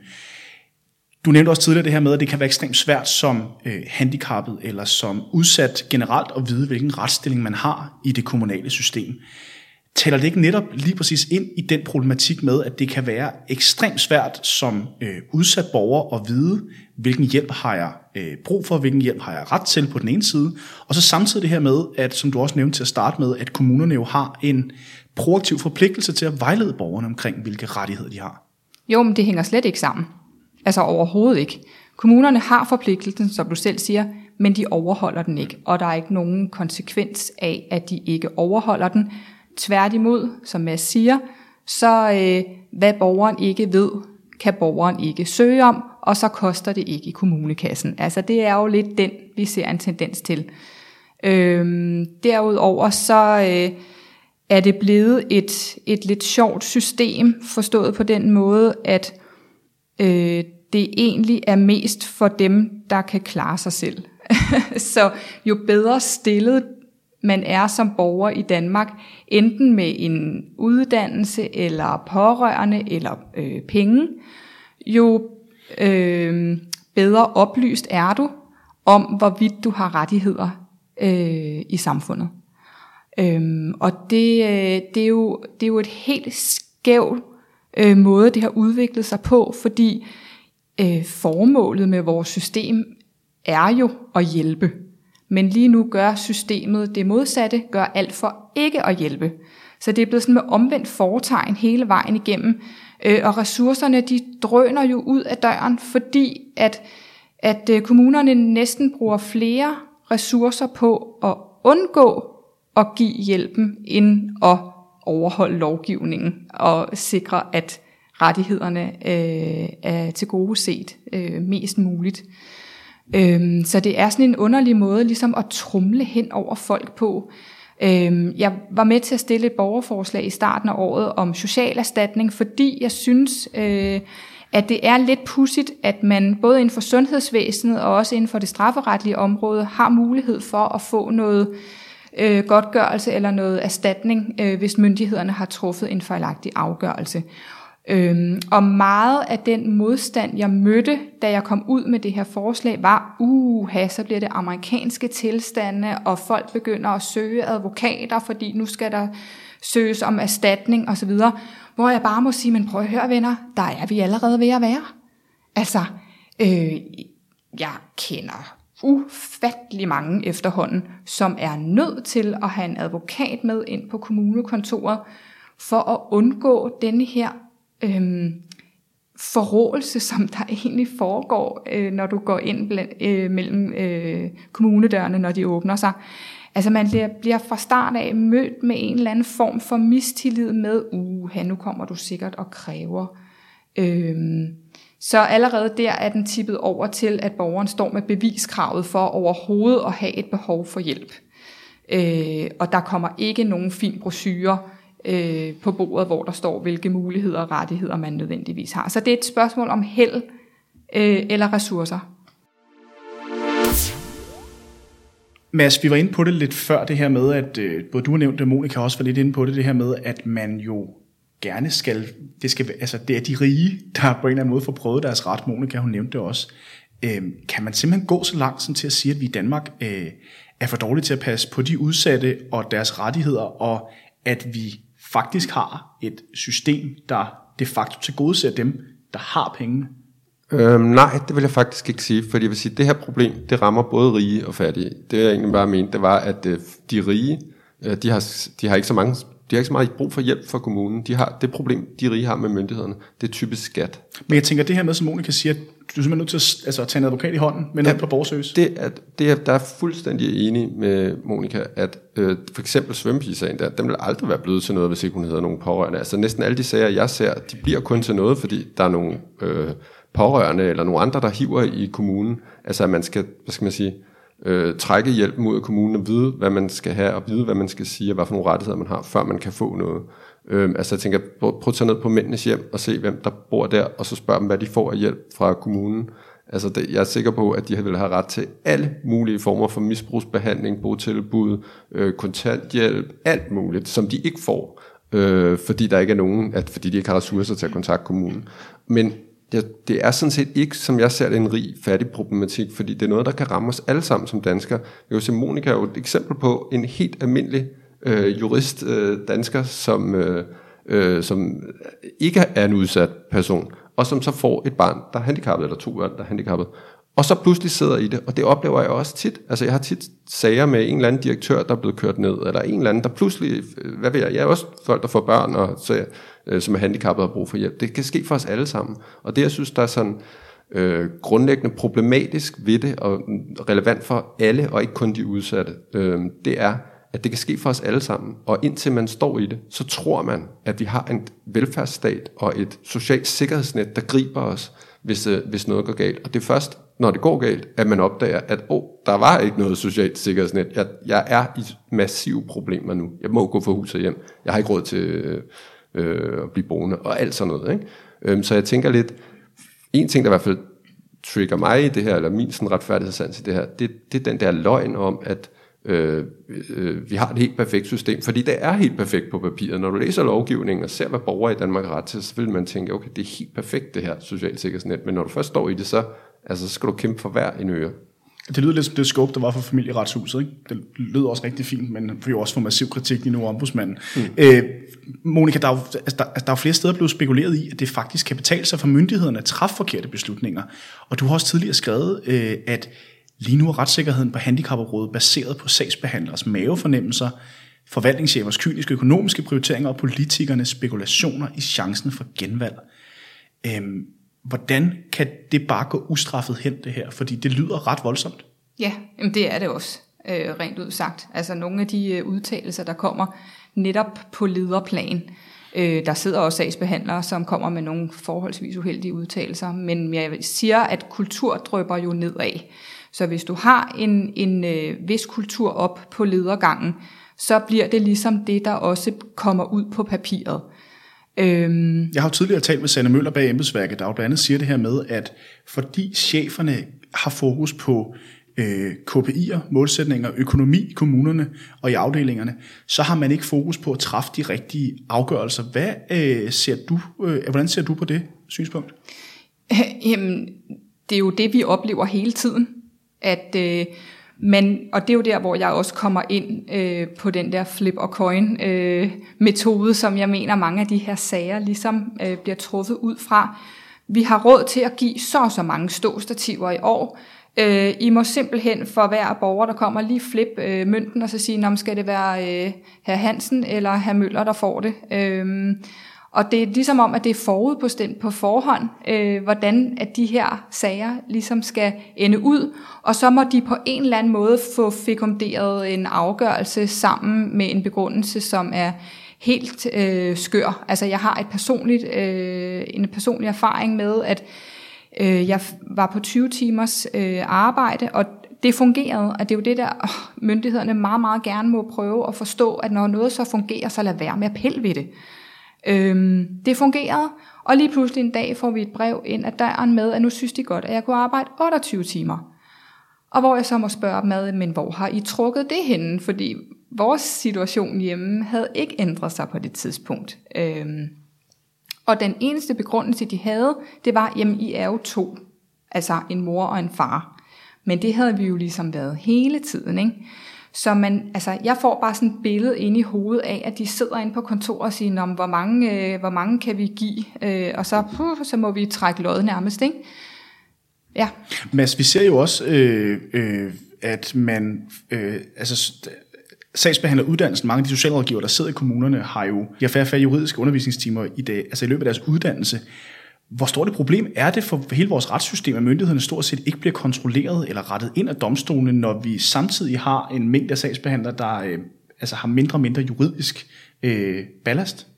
Du nævnte også tidligere det her med, at det kan være ekstremt svært som øh, handicappet eller som udsat generelt at vide, hvilken retsstilling man har i det kommunale system. Taler det ikke netop lige præcis ind i den problematik med, at det kan være ekstremt svært som øh, udsat borger at vide, hvilken hjælp har jeg øh, brug for, hvilken hjælp har jeg ret til på den ene side, og så samtidig det her med, at som du også nævnte til at starte med, at kommunerne jo har en proaktiv forpligtelse til at vejlede borgerne omkring, hvilke rettigheder de har. Jo, men det hænger slet ikke sammen. Altså overhovedet ikke. Kommunerne har forpligtelsen, som du selv siger, men de overholder den ikke, og der er ikke nogen konsekvens af, at de ikke overholder den. Tværtimod, som Mads siger, så øh, hvad borgeren ikke ved, kan borgeren ikke søge om, og så koster det ikke i kommunekassen. Altså det er jo lidt den, vi ser en tendens til. Øhm, derudover så øh, er det blevet et, et lidt sjovt system, forstået på den måde, at øh, det egentlig er mest for dem, der kan klare sig selv. Så jo bedre stillet man er som borger i Danmark, enten med en uddannelse, eller pårørende, eller øh, penge, jo øh, bedre oplyst er du om, hvorvidt du har rettigheder øh, i samfundet. Øh, og det, øh, det, er jo, det er jo et helt skævt øh, måde, det har udviklet sig på, fordi øh, formålet med vores system er jo at hjælpe. Men lige nu gør systemet det modsatte, gør alt for ikke at hjælpe. Så det er blevet sådan med omvendt fortegn hele vejen igennem. Øh, og ressourcerne, de drøner jo ud af døren, fordi at, at øh, kommunerne næsten bruger flere ressourcer på at undgå at give hjælpen, end at overholde lovgivningen og sikre, at rettighederne øh, er tilgodeset øh, mest muligt. Øhm, så det er sådan en underlig måde ligesom at tromle hen over folk på. Øhm, jeg var med til at stille et borgerforslag i starten af året om socialerstatning, fordi jeg synes, øh, at det er lidt pudsigt, at man både inden for sundhedsvæsenet og også inden for det strafferetlige område har mulighed for at få noget øh, godtgørelse eller noget erstatning, øh, hvis myndighederne har truffet en fejlagtig afgørelse. Øhm, og meget af den modstand, jeg mødte, da jeg kom ud med det her forslag, var, uha, så bliver det amerikanske tilstande, og folk begynder at søge advokater, fordi nu skal der søges om erstatning osv., hvor jeg bare må sige, men prøv at høre venner, der er vi allerede ved at være. Altså, øh, jeg kender ufattelig mange efterhånden, som er nødt til at have en advokat med ind på kommunekontoret, for at undgå denne her øhm, forrådelse, som der egentlig foregår, øh, når du går ind blandt, øh, mellem øh, kommunedørene, når de åbner sig. Altså man bliver, bliver fra start af mødt med en eller anden form for mistillid med, uha, nu kommer du sikkert og kræver. Øhm, så allerede der er den tippet over til, at borgeren står med beviskravet for overhovedet at have et behov for hjælp. Øh, og der kommer ikke nogen fin brochure øh, på bordet, hvor der står, hvilke muligheder og rettigheder man nødvendigvis har. Så det er et spørgsmål om held øh, eller ressourcer. Mads, vi var inde på det lidt før, det her med, at øh, både du har nævnt det, Monika også var lidt inde på det, det her med, at man jo gerne skal, det skal, altså det er de rige, der på en eller anden måde får prøvet deres ret. Monika, hun nævnte det også. Øh, kan man simpelthen gå så langt som til at sige, at vi i Danmark øh, er for dårlige til at passe på de udsatte og deres rettigheder, og at vi faktisk har et system, der de facto tilgodeser dem, der har pengene? Øhm, nej, det vil jeg faktisk ikke sige, fordi jeg vil sige, at det her problem, det rammer både rige og fattige. Det jeg egentlig bare mente, det var, at øh, de rige, øh, de, har, de har ikke så mange, de har ikke så meget brug for hjælp fra kommunen. De har det problem, de rige har med myndighederne, det er typisk skat. Men jeg tænker, det her med, som Monika siger, at du er simpelthen nødt til at, altså, at tage en advokat i hånden med noget ja, på borgerservice. Det er, det er, der er fuldstændig enig med Monika, at øh, for eksempel svømmepigesagen der, den vil aldrig være blevet til noget, hvis ikke hun hedder nogen pårørende. Altså næsten alle de sager, jeg ser, de bliver kun til noget, fordi der er nogle øh, pårørende eller nogle andre, der hiver i kommunen. Altså at man skal, hvad skal man sige, øh, trække hjælp mod kommunen og vide, hvad man skal have, og vide, hvad man skal sige, og hvad for nogle rettigheder man har, før man kan få noget. Øh, altså jeg tænker, prøv at tage ned på mændenes hjem og se, hvem der bor der, og så spørge dem, hvad de får af hjælp fra kommunen. Altså det, jeg er sikker på, at de vil have ret til alle mulige former for misbrugsbehandling, botilbud, øh, kontanthjælp, alt muligt, som de ikke får, øh, fordi der ikke er nogen, at, fordi de ikke har ressourcer til at kontakte kommunen. Men det, det er sådan set ikke, som jeg ser det, en rig, fattig problematik, fordi det er noget, der kan ramme os alle sammen som danskere. Jeg vil sige, Monika er jo et eksempel på en helt almindelig øh, jurist øh, dansker, som, øh, øh, som ikke er en udsat person, og som så får et barn, der er handicappet, eller to børn, der er handicappet, og så pludselig sidder i det, og det oplever jeg også tit. Altså jeg har tit sager med en eller anden direktør, der er blevet kørt ned, eller en eller anden, der pludselig, hvad ved jeg, jeg er også folk, der får børn, og så, øh, som er handicappet og har brug for hjælp. Det kan ske for os alle sammen. Og det, jeg synes, der er sådan øh, grundlæggende problematisk ved det, og relevant for alle, og ikke kun de udsatte, øh, det er, at det kan ske for os alle sammen. Og indtil man står i det, så tror man, at vi har en velfærdsstat og et socialt sikkerhedsnet, der griber os, hvis, øh, hvis noget går galt. Og det er først, når det går galt, at man opdager, at oh, der var ikke noget socialt sikkerhedsnet. Jeg, jeg er i massive problemer nu. Jeg må gå for hus og hjem. Jeg har ikke råd til øh, at blive boende, og alt sådan noget. Ikke? Øhm, så jeg tænker lidt, en ting, der i hvert fald trigger mig i det her, eller min sådan retfærdighedssans i det her, det, det er den der løgn om, at Øh, øh, vi har et helt perfekt system, fordi det er helt perfekt på papiret. Når du læser lovgivningen og ser, hvad borgere i Danmark har ret til, så vil man tænke, okay, det er helt perfekt det her socialt sikkerhedsnet, men når du først står i det, så, altså, så skal du kæmpe for hver en øre. Det lyder lidt som det scope, der var for Familieretshuset, ikke? Det lyder også rigtig fint, men får jo også få massiv kritik i nu ombudsmanden. Mm. Øh, Monika, der er, jo, altså, der, altså, der er flere steder blevet spekuleret i, at det faktisk kan betale sig for myndighederne at træffe forkerte beslutninger. Og du har også tidligere skrevet, øh, at lige nu er retssikkerheden på handicapområdet baseret på sagsbehandlers mavefornemmelser, forvaltningschefers kyniske økonomiske prioriteringer og politikernes spekulationer i chancen for genvalg. Øhm, hvordan kan det bare gå ustraffet hen, det her? Fordi det lyder ret voldsomt. Ja, jamen det er det også, øh, rent ud sagt. Altså nogle af de øh, udtalelser, der kommer netop på lederplan. Øh, der sidder også sagsbehandlere, som kommer med nogle forholdsvis uheldige udtalelser. Men jeg siger, at kultur drypper jo nedad. Så hvis du har en, en øh, vis kultur op på ledergangen, så bliver det ligesom det, der også kommer ud på papiret. Øhm. Jeg har jo tidligere talt med Sanne Møller bag Embedsværket, der jo blandt andet siger det her med, at fordi cheferne har fokus på øh, K P I'er, målsætninger, økonomi i kommunerne og i afdelingerne, så har man ikke fokus på at træffe de rigtige afgørelser. Hvad øh, ser du, øh, hvordan ser du på det synspunkt? Jamen, det er jo det, vi oplever hele tiden. At, øh, men, og det er jo der, hvor jeg også kommer ind øh, på den der flip og coin øh, metode, som jeg mener mange af de her sager ligesom øh, bliver truffet ud fra. Vi har råd til at give så og så mange ståstativer i år, Øh, I må simpelthen for hver borger, der kommer, lige flip øh, mønten og så sige, nå, skal det være øh, herr Hansen eller herr Møller, der får det. Øh, og det er ligesom om, at det er forudbestemt på forhånd, øh, hvordan at de her sager ligesom skal ende ud, og så må de på en eller anden måde få fekunderet en afgørelse sammen med en begrundelse, som er helt øh, skør. Altså jeg har et personligt, øh, en personlig erfaring med, at øh, jeg var på tyve timers øh, arbejde, og det fungerede, og det er jo det der, øh, myndighederne meget, meget gerne må prøve at forstå, at når noget så fungerer, så lad være med at pille ved det. Øh, det fungerede, og lige pludselig en dag får vi et brev ind ad døren med, at nu synes de godt, at jeg kunne arbejde otteogtyve timer. Og hvor jeg så må spørge dem ad, men hvor har I trukket det henne? Fordi vores situation hjemme havde ikke ændret sig på det tidspunkt. Øhm, og den eneste begrundelse, de havde, det var, jamen I er jo to. Altså en mor og en far. Men det havde vi jo ligesom været hele tiden, ikke? Så man, altså, jeg får bare sådan et billede inde i hovedet af, at de sidder inde på kontoret og siger, hvor mange, øh, hvor mange kan vi give? Øh, og så, puh, så må vi trække lod nærmest, ikke? Ja. Mads, vi ser jo også, øh, øh, at man, øh, altså sagsbehandler uddannelsen, mange af de socialrådgivere, der sidder i kommunerne, har jo de har færre færre juridiske undervisningstimer i dag, altså i løbet af deres uddannelse. Hvor stort et problem er det for hele vores retssystem, at myndighederne stort set ikke bliver kontrolleret eller rettet ind af domstolene, når vi samtidig har en mængde af sagsbehandlere, der øh, altså har mindre og mindre juridisk øh, ballast?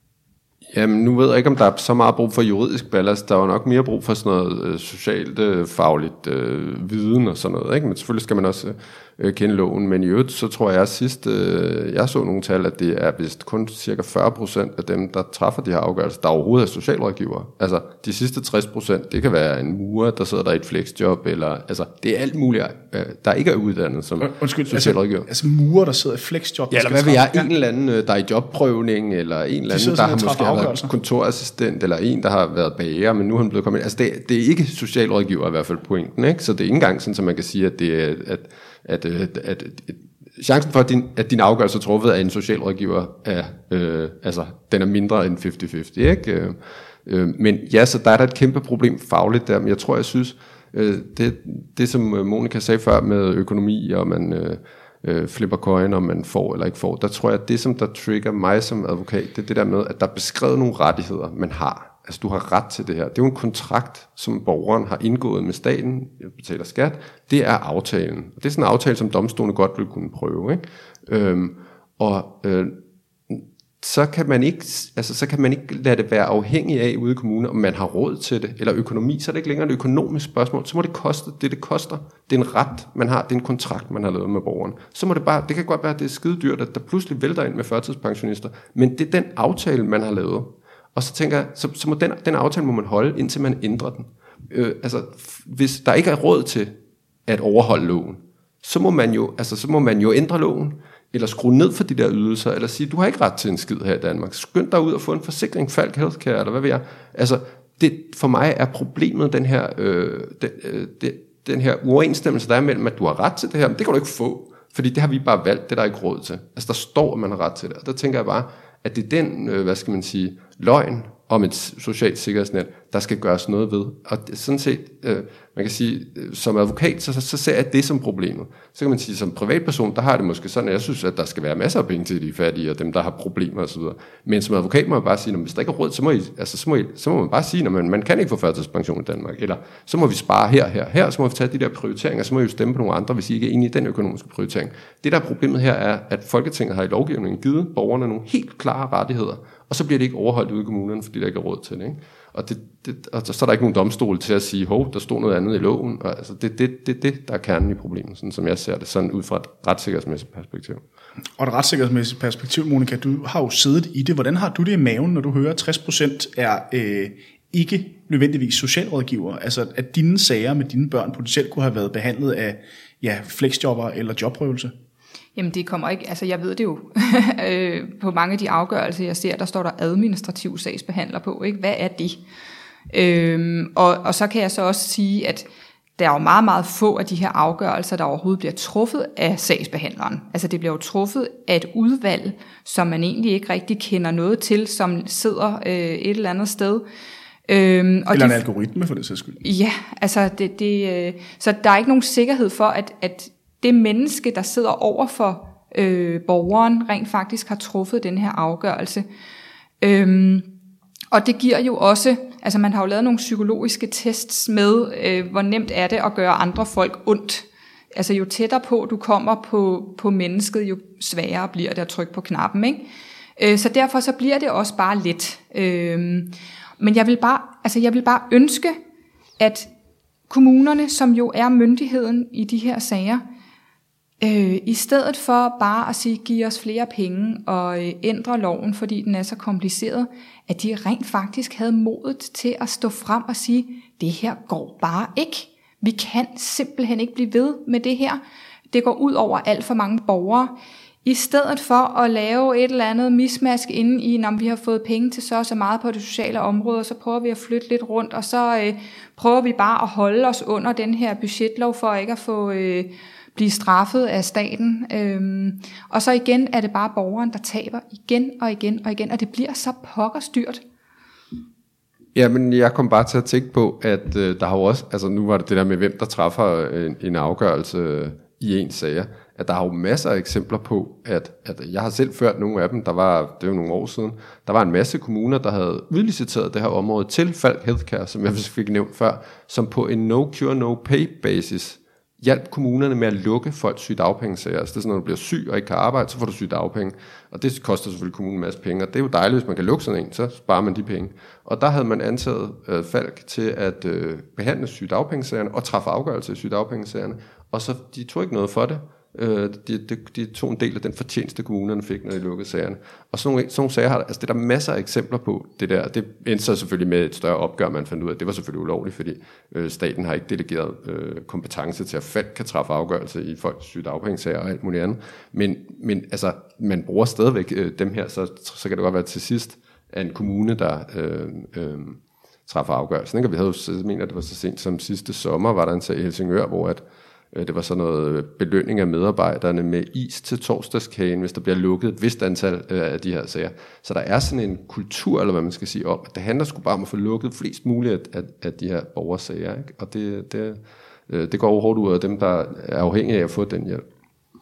Jamen, nu ved jeg ikke, om der er så meget brug for juridisk ballast. Der er jo nok mere brug for sådan noget øh, socialt, øh, fagligt øh, viden og sådan noget, ikke? Men selvfølgelig skal man også øh, kende loven. Men i øvrigt, så tror jeg sidst, øh, jeg så nogle tal, at det er vist kun cirka fyrre procent af dem, der træffer de her afgørelser, der overhovedet er socialrådgivere. Altså, de sidste tres procent, det kan være en murer, der sidder der i et flexjob, eller, altså, det er alt muligt, øh, der ikke er uddannet som Undskyld, socialrådgiver. Altså, altså murer, der sidder i flexjob. Ja, eller hvad vil jeg, en eller anden, der er i jobprøvning, eller en eller anden, der har måske været kontorassistent, eller en, der har været bager, men nu er han blevet kommet ind. Altså, det, det er ikke socialrådgiver i hvert fald pointen, ikke? Så det er ikke engang sådan, at man kan sige, at det er, at, at, at, at, at chancen for, at din, at din afgørelse er truffet af en socialrådgiver, er, øh, altså, den er mindre end halvtreds halvtreds, ikke? Øh, men ja, så der er der et kæmpe problem fagligt der, men jeg tror, jeg synes, øh, det, det som Monika sagde før med økonomi, og man øh, øh, flipper coin, om man får eller ikke får, der tror jeg, at det, som der trigger mig som advokat, det er det der med, at der er beskrevet nogle rettigheder, man har. Altså, du har ret til det her. Det er jo en kontrakt, som borgeren har indgået med staten, betaler skat. Det er aftalen. Og det er sådan en aftale, som domstolene godt vil kunne prøve, ikke? Øhm, og øh, så kan man ikke, altså, så kan man ikke lade det være afhængig af ude i kommunen, om man har råd til det, eller økonomi, så er det ikke længere et økonomisk spørgsmål. Så må det koste det, det koster. Det er en ret, man har. Det er en kontrakt, man har lavet med borgeren. Så må det bare, det kan godt være, at det er skide dyrt, at der pludselig vælter ind med førtidspensionister, men det er den aftale, man har lavet. Og så tænker jeg, så, så må den, den aftale må man holde, indtil man ændrer den. Øh, altså, hvis der ikke er råd til at overholde loven, så må man jo, altså, så må man jo ændre loven, eller skrue ned for de der ydelser, eller sige, du har ikke ret til en skid her i Danmark. Skynd dig ud og få en forsikring, Falck Healthcare, eller hvad ved jeg. Altså, det, for mig er problemet den her, øh, den, øh, den, den her uoverensstemmelse, der er mellem, at du har ret til det her, men det kan du ikke få, fordi det har vi bare valgt, det der er ikke råd til. Altså, der står, at man har ret til det, og der tænker jeg bare, at det er den, øh, hvad skal man sige, løgn om et socialt sikkerhedsnet, der skal gøres noget ved. Og det, sådan set, øh, man kan sige, øh, som advokat, så, så, så ser jeg det som problemet. Så kan man sige, som privatperson, der har det måske sådan, at jeg synes, at der skal være masser af penge til de fattige, og dem, der har problemer osv. Men som advokat må man bare sige, at hvis der ikke er råd, så må, I, altså, så må, I, så må man bare sige, at man, man kan ikke få førtidspension i Danmark. Eller så må vi spare her, her, her, så må vi tage de der prioriteringer, så må vi jo stemme på nogle andre, hvis I ikke er enige i den økonomiske prioritering. Det der er problemet her er, at Folketinget har i lovgivningen givet borgerne nogle helt klare rettigheder, og så bliver det ikke overholdt ude i kommunerne, fordi der ikke er råd til det, ikke? Og, det, det, og så er der ikke nogen domstol til at sige, hov, der stod noget andet i loven. Og altså, det er det, det, det, der er kernen i problemet, sådan som jeg ser det, sådan ud fra et retssikkerhedsmæssigt perspektiv. Og et retssikkerhedsmæssigt perspektiv, Monika, du har jo siddet i det. Hvordan har du det i maven, når du hører, at tres procent er øh, ikke nødvendigvis socialrådgiver? Altså, at dine sager med dine børn potentielt kunne have været behandlet af ja, flexjobber eller jobprøvelse? Jamen det kommer ikke, altså jeg ved det jo, på mange af de afgørelser, jeg ser, der står der administrativ sagsbehandler på, ikke? Hvad er det? Øhm, og, og så kan jeg så også sige, at der er jo meget, meget få af de her afgørelser, der overhovedet bliver truffet af sagsbehandleren. Altså det bliver jo truffet af et udvalg, som man egentlig ikke rigtig kender noget til, som sidder øh, et eller andet sted. Øhm, og Eller de, en algoritme for det sags skyld. Ja, altså det, det, øh, så der er ikke nogen sikkerhed for, at, at det menneske, der sidder over for øh, borgeren, rent faktisk har truffet den her afgørelse. Øhm, og det giver jo også, altså man har jo lavet nogle psykologiske tests med, øh, hvor nemt er det at gøre andre folk ondt. Altså jo tættere på du kommer på, på mennesket, jo sværere bliver det at trykke på knappen, ikke? Øh, så derfor så bliver det også bare let. Øh, men jeg vil bare, altså jeg vil bare ønske, at kommunerne, som jo er myndigheden i de her sager, øh, i stedet for bare at sige, giv os flere penge og øh, ændre loven, fordi den er så kompliceret, at de rent faktisk havde modet til at stå frem og sige, det her går bare ikke. Vi kan simpelthen ikke blive ved med det her. Det går ud over alt for mange borgere. I stedet for at lave et eller andet mismask inde i, når vi har fået penge til så og så meget på det sociale område, så prøver vi at flytte lidt rundt, og så øh, prøver vi bare at holde os under den her budgetlov, for ikke at få øh, blive straffet af staten. Øhm, og så igen er det bare borgeren, der taber igen og igen og igen, og det bliver så pokkerstyrt. Ja, men jeg kom bare til at tænke på, at øh, der har jo også, altså nu var det det der med, hvem der træffer en, en afgørelse øh, i en sager, at der har jo masser af eksempler på, at, at jeg har selv ført nogle af dem, der var, det var nogle år siden, der var en masse kommuner, der havde udliciteret det her område til Falck Healthcare, som jeg fik nævnt før, som på en no-cure, no-pay basis hjalp kommunerne med at lukke folks sygedagpengesager. Altså det er sådan, når du bliver syg og ikke kan arbejde, så får du sygedagpenge. Og det koster selvfølgelig kommunen en masse penge, og det er jo dejligt, hvis man kan lukke sådan en, så sparer man de penge. Og der havde man antaget øh, Falck til at øh, behandle sygedagpengesagerne og træffe afgørelse i sygedagpengesagerne, og så de tog ikke noget for det. Øh, de, de, de tog en del af den fortjeneste, kommunerne fik, når de lukkede sagerne. Og sådan nogle, sådan nogle sager har der, altså det er der masser af eksempler på, det der. Det endte så selvfølgelig med et større opgør, man fandt ud af. Det var selvfølgelig ulovligt, fordi øh, staten har ikke delegeret øh, kompetence til, at Falck kan træffe afgørelse i folks sygedagpengesager og alt muligt andet. Men, men altså, man bruger stadigvæk øh, dem her, så, så kan det godt være til sidst, at en kommune, der øh, øh, træffer afgørelsen. Ikke? Og vi havde jo, jeg mener, det var så sent som sidste sommer, var der en sag i Helsingør, hvor at det var sådan noget belønning af medarbejderne med is til torsdagskagen, hvis der bliver lukket et vist antal af de her sager. Så der er sådan en kultur, eller hvad man skal sige, om, at det handler sgu bare om at få lukket flest muligt af, af de her borgersager. Ikke? Og det, det, det går jo hårdt ud af dem, der er afhængige af at få den hjælp.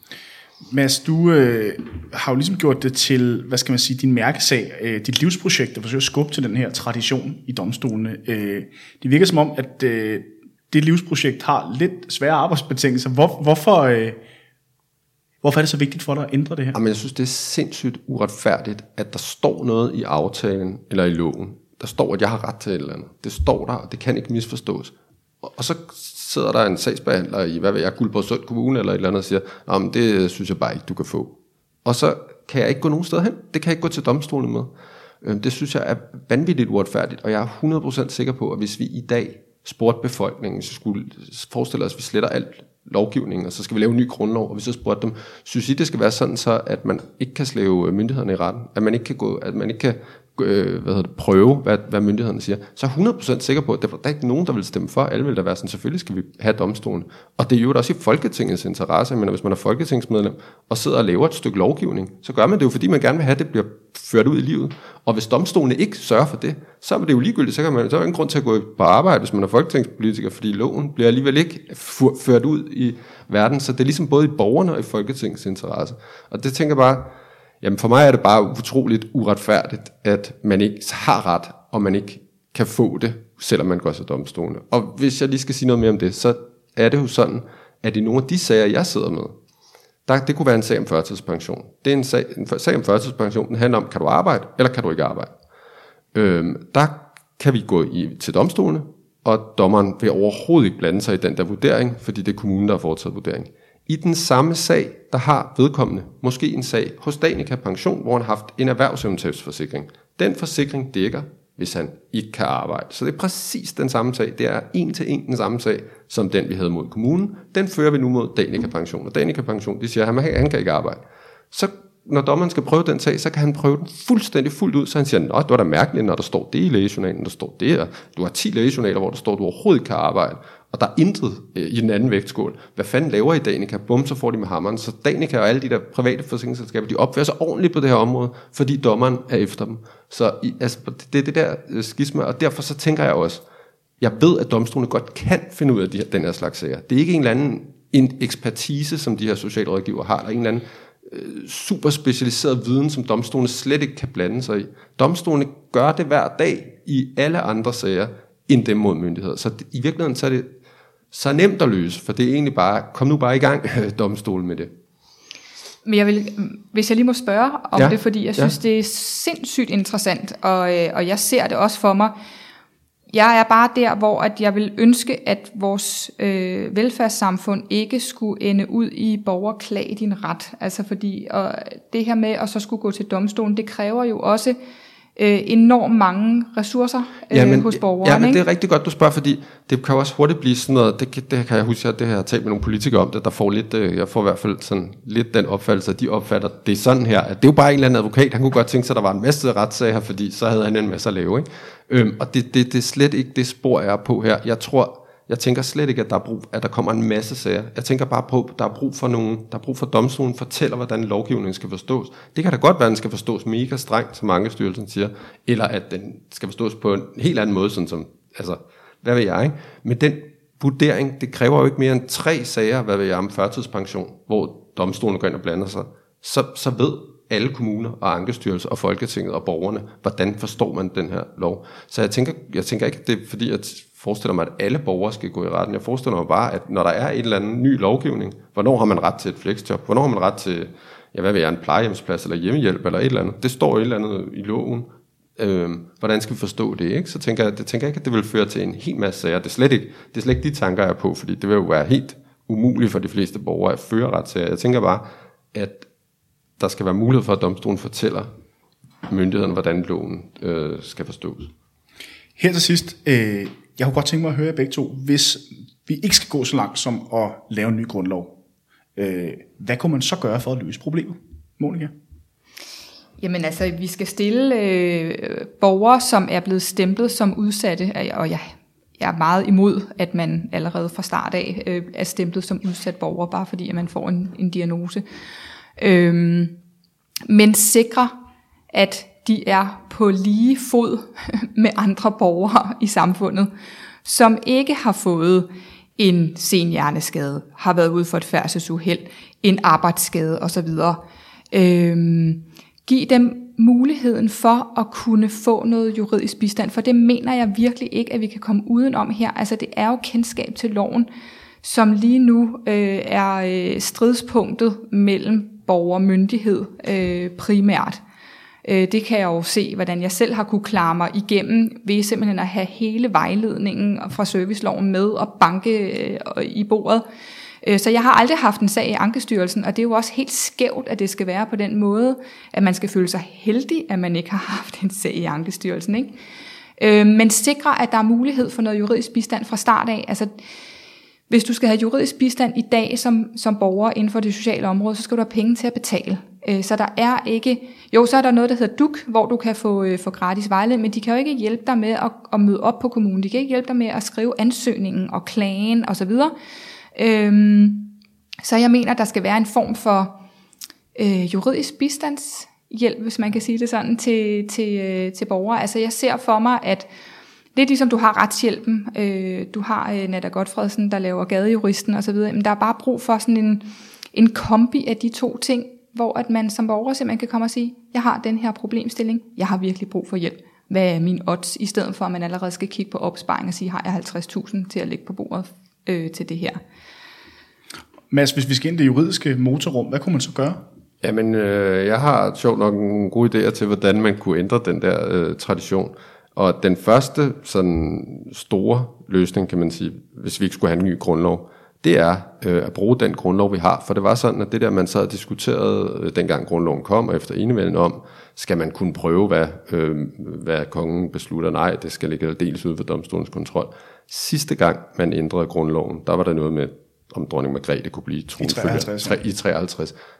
Mads, du øh, har jo ligesom gjort det til, hvad skal man sige, din mærkesag, øh, dit livsprojekt, der forsøger at skubbe til den her tradition i domstolene. Øh, det virker som om, at øh, det livsprojekt har lidt svære arbejdsbetingelser. Hvor, hvorfor, øh, hvorfor er det så vigtigt for dig at ændre det her? Jamen, jeg synes, det er sindssygt uretfærdigt, at der står noget i aftalen eller i loven. Der står, at jeg har ret til et eller andet. Det står der, og det kan ikke misforstås. Og, og så sidder der en sagsbehandler i, hvad ved jeg, Guldborgsund Kommune eller et eller andet og siger, jamen, det synes jeg bare ikke, du kan få. Og så kan jeg ikke gå nogen sted hen. Det kan jeg ikke gå til domstolen med. Det synes jeg er vanvittigt uretfærdigt, og jeg er hundrede procent sikker på, at hvis vi i dag spurgte befolkningen, så skulle forestille os, at vi sletter alt lovgivningen, og så skal vi lave en ny grundlov, og vi så spurgte dem, synes I, det skal være sådan så, at man ikke kan slæve myndighederne i retten, at man ikke kan gå, at man ikke kan øh, hvad hedder det, prøve, hvad, hvad myndighederne siger, så er jeg hundrede procent sikker på, at der, der er ikke nogen, der vil stemme for. Alle vil der være sådan, selvfølgelig skal vi have domstolen. Og det er jo også i Folketingets interesse, men hvis man er folketingsmedlem og sidder og laver et stykke lovgivning, så gør man det jo, fordi man gerne vil have, at det bliver ført ud i livet. Og hvis domstolene ikke sørger for det, så er det jo ligegyldigt, så kan man, så er der ingen grund til at gå på arbejde, hvis man er folketingspolitiker, fordi loven bliver alligevel ikke ført ud i verden, så det er ligesom både i borgerne og i Folketingets interesse. Og det tænker jeg bare, jamen for mig er det bare utroligt uretfærdigt, at man ikke har ret, og man ikke kan få det, selvom man går til domstolene. Og hvis jeg lige skal sige noget mere om det, så er det jo sådan, at i nogle af de sager, jeg sidder med, der, det kunne være en sag om førtidspension. Det er en sag, en sag om førtidspension, den handler om, kan du arbejde, eller kan du ikke arbejde? Øhm, der kan vi gå i, til domstolene, og dommeren vil overhovedet ikke blande sig i den der vurdering, fordi det er kommunen, der har foretaget vurdering. I den samme sag, der har vedkommende måske en sag hos Danica Pension, hvor han har haft en erhvervsevnetabsforsikring. Den forsikring dækker, hvis han ikke kan arbejde. Så det er præcis den samme sag. Det er en til en den samme sag, som den vi havde mod kommunen. Den fører vi nu mod Danica Pension. Og Danica Pension, de siger, at han, han kan ikke arbejde. Så når dommeren skal prøve den sag, så kan han prøve den fuldstændig fuldt ud, så han siger, nå, det var da mærkeligt, når der står det i lægejournalen, der står det, og du har ti lægejournaler, hvor der står, du overhovedet kan arbejde, og der er intet øh, i den anden vægtskål. Hvad fanden laver I Danica? Bum, så får de med hammeren. Så Danica og alle de der private forsikringsselskaber, de opfører sig ordentligt på det her område, fordi dommeren er efter dem. Så i, altså, det er det der øh, skisma, og derfor så tænker jeg også, jeg ved, at domstolene godt kan finde ud af de her, den her slags sager. Det er ikke en eller anden en ekspertise, som de her socialrådgivere har, eller en eller anden øh, super specialiseret viden, som domstolene slet ikke kan blande sig i. Domstolene gør det hver dag i alle andre sager, end dem mod myndigheder. Så det, i virkeligheden så er det så nemt at løse, for det er egentlig bare, kom nu bare i gang, domstolen med det. Men jeg vil, hvis jeg lige må spørge om ja. det, fordi jeg synes, ja. det er sindssygt interessant, og, og jeg ser det også for mig. Jeg er bare der, hvor at jeg vil ønske, at vores øh, velfærdssamfund ikke skulle ende ud i borgerklag din ret. Altså fordi og det her med at så skulle gå til domstolen, det kræver jo også øh, enormt mange ressourcer øh, ja, men, hos borgerne. Ja, men ikke? det er rigtig godt, du spørger, fordi det kan jo også hurtigt blive sådan noget, det, det kan jeg huske, at det her jeg har talt med nogle politikere om det, der får lidt, øh, jeg får i hvert fald sådan lidt den opfattelse, at de opfatter det er sådan her, at det er jo bare en eller anden advokat, han kunne godt tænke sig, at der var en masse retssager, fordi så havde han en masse at lave, ikke? Øhm, og det, det, det er slet ikke det spor, jeg er på her. Jeg tror, jeg tænker slet ikke, at der, er brug, at der kommer en masse sager. Jeg tænker bare på, at der er brug for nogen, der er brug for domstolen fortæller, hvordan lovgivningen skal forstås. Det kan da godt være, at den skal forstås mega strengt, som Ankestyrelsen siger, eller at den skal forstås på en helt anden måde, sådan som, altså, hvad ved jeg, ikke? Men den vurdering, det kræver jo ikke mere end tre sager, hvad ved jeg, om førtidspension, hvor domstolen går ind og blander sig. Så, så ved alle kommuner og Ankestyrelsen og Folketinget og borgerne, hvordan forstår man den her lov. Så jeg tænker, jeg tænker ikke, det er fordi, jeg forestiller mig, at alle borgere skal gå i retten. Jeg forestiller mig bare, at når der er en eller anden ny lovgivning, hvornår har man ret til et flexjob, hvornår har man ret til, ja, hvad ved jeg, en plejehjemsplads eller hjemmehjælp eller et eller andet. Det står et eller andet i loven. Øhm, hvordan skal vi forstå det, ikke? Så tænker jeg, det tænker jeg ikke, at det vil føre til en hel masse sager. Det er slet ikke, det er slet ikke de tanker, jeg er på, fordi det vil jo være helt umuligt for de fleste borgere at føre retssager. Jeg tænker bare, at der skal være mulighed for, at domstolen fortæller myndighederne, hvordan loven øh, skal forstås. Her til sidst, øh, jeg kunne godt tænke mig at høre jer begge to, hvis vi ikke skal gå så langt som at lave en ny grundlov, øh, hvad kunne man så gøre for at løse problemet? Monika? Jamen altså, vi skal stille øh, borgere, som er blevet stemplet som udsatte, og jeg, jeg er meget imod, at man allerede fra start af øh, er stemplet som udsat borger, bare fordi at man får en, en diagnose. Øhm, men sikre, at de er på lige fod med andre borgere i samfundet, som ikke har fået en senhjerneskade, har været ude for et færdselsuheld, en arbejdsskade osv. Øhm, giv dem muligheden for at kunne få noget juridisk bistand, for det mener jeg virkelig ikke, at vi kan komme udenom her. Altså det er jo kendskab til loven, som lige nu øh, er øh, stridspunktet mellem borger og myndighed øh, primært. Øh, det kan jeg jo se, hvordan jeg selv har kunne klare mig igennem, ved simpelthen at have hele vejledningen fra serviceloven med og banke øh, i bordet. Øh, så jeg har aldrig haft en sag i Ankestyrelsen, og det er jo også helt skævt, at det skal være på den måde, at man skal føle sig heldig, at man ikke har haft en sag i Ankestyrelsen, ikke? Øh, men sikre, at der er mulighed for noget juridisk bistand fra start af. Altså, hvis du skal have juridisk bistand i dag som, som borger inden for det sociale område, så skal du have penge til at betale. Så der er ikke, jo så er der noget, der hedder D U C, hvor du kan få, få gratis vejledning, men de kan jo ikke hjælpe dig med at, at møde op på kommunen. De kan ikke hjælpe dig med at skrive ansøgningen og klagen osv. Øhm, så jeg mener, der skal være en form for øh, juridisk bistandshjælp, hvis man kan sige det sådan, til, til, øh, til borgere. Altså jeg ser for mig, at lidt ligesom du har retshjælpen, øh, du har øh, Natta Godfredsen, der laver gadejuristen osv., men der er bare brug for sådan en, en kombi af de to ting, hvor at man som borger simpelthen kan komme og sige, jeg har den her problemstilling, jeg har virkelig brug for hjælp. Hvad er min odds, i stedet for at man allerede skal kigge på opsparing og sige, har jeg halvtreds tusind til at lægge på bordet øh, til det her. Mads, hvis vi skal ind i det juridiske motorrum, hvad kunne man så gøre? Jamen, øh, jeg har sjovt nok nogle gode idéer til, hvordan man kunne ændre den der øh, tradition. Og den første sådan store løsning, kan man sige, hvis vi ikke skulle have en ny grundlov, det er øh, at bruge den grundlov, vi har. For det var sådan, at det der, man så havde diskuteret, øh, dengang grundloven kom, og efter enevælden om, skal man kunne prøve, hvad, øh, hvad kongen beslutter. Nej, det skal ligge dels ud for domstolens kontrol. Sidste gang, man ændrede grundloven, der var der noget med, om dronning Margrethe kunne blive tronfølger i treoghalvtreds.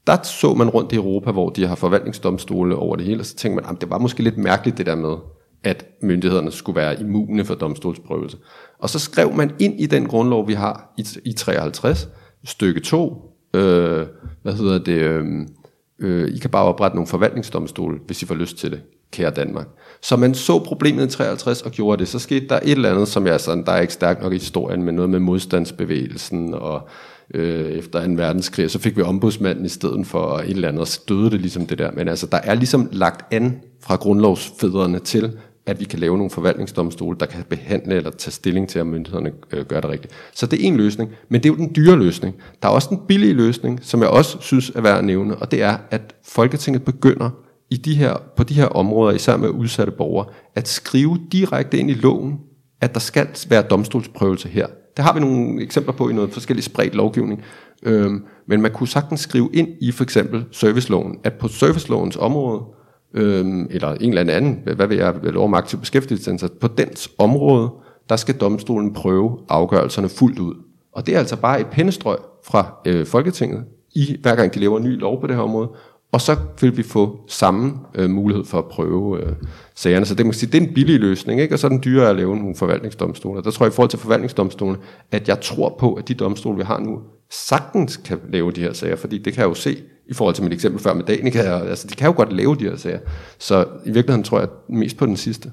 der så man rundt i Europa, hvor de har forvaltningsdomstole over det hele, og så tænkte man, at det var måske lidt mærkeligt det der med, at myndighederne skulle være immune for domstolsprøvelse. Og så skrev man ind i den grundlov, vi har i, i treoghalvtreds, stykke to, øh, hvad hedder det, øh, øh, I kan bare oprette nogle forvaltningsdomstole, hvis I får lyst til det, kære Danmark. Så man så problemet i treoghalvtreds og gjorde det. Så skete der et eller andet, som jeg sådan, der er ikke stærkt nok i historien, men noget med modstandsbevægelsen og øh, efter anden verdenskrig, så fik vi ombudsmanden i stedet for et eller andet, og stødede det ligesom det der. Men altså, der er ligesom lagt an fra grundlovsfædrene til, at vi kan lave nogle forvaltningsdomstole, der kan behandle eller tage stilling til, at myndighederne øh, gør det rigtigt. Så det er en løsning, men det er jo den dyre løsning. Der er også en billige løsning, som jeg også synes er værd at nævne, og det er, at Folketinget begynder i de her, på de her områder, især med udsatte borgere, at skrive direkte ind i loven, at der skal være domstolsprøvelse her. Det har vi nogle eksempler på i noget forskelligt spredt lovgivning, øhm, men man kunne sagtens skrive ind i for eksempel serviceloven, at på servicelovens område, øhm, eller en eller anden, hvad vil jeg, lov om aktiv beskæftigelsesindsats, på dens område, der skal domstolen prøve afgørelserne fuldt ud. Og det er altså bare et pennestrøg fra øh, Folketinget, i hver gang de laver en ny lov på det her område, og så vil vi få samme øh, mulighed for at prøve øh, sagerne. Så det, man sige, det er en billig løsning, ikke? Og så er den dyrere at lave nogle forvaltningsdomstoler. Der tror jeg i forhold til forvaltningsdomstolene, at jeg tror på, at de domstole, vi har nu, sagtens kan lave de her sager, fordi det kan jeg jo se i forhold til mit eksempel før med Danica, altså de kan jo godt lave de her sager. Så i virkeligheden tror jeg mest på den sidste.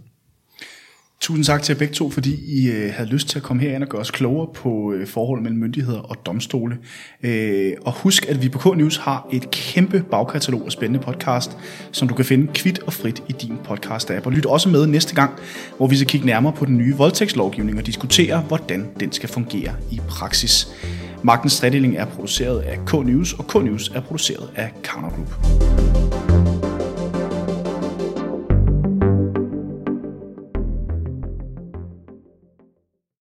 Tusind tak til jer begge to, fordi I øh, havde lyst til at komme herind og gøre os klogere på øh, forholdet mellem myndigheder og domstole. Øh, og husk, at vi på K-News har et kæmpe bagkatalog af spændende podcast, som du kan finde kvit og frit i din podcast-app. Og lyt også med næste gang, hvor vi skal kigge nærmere på den nye voldtægtslovgivning og diskutere, hvordan den skal fungere i praksis. Magtens Tredeling er produceret af K-News, og K-News er produceret af Counter Group.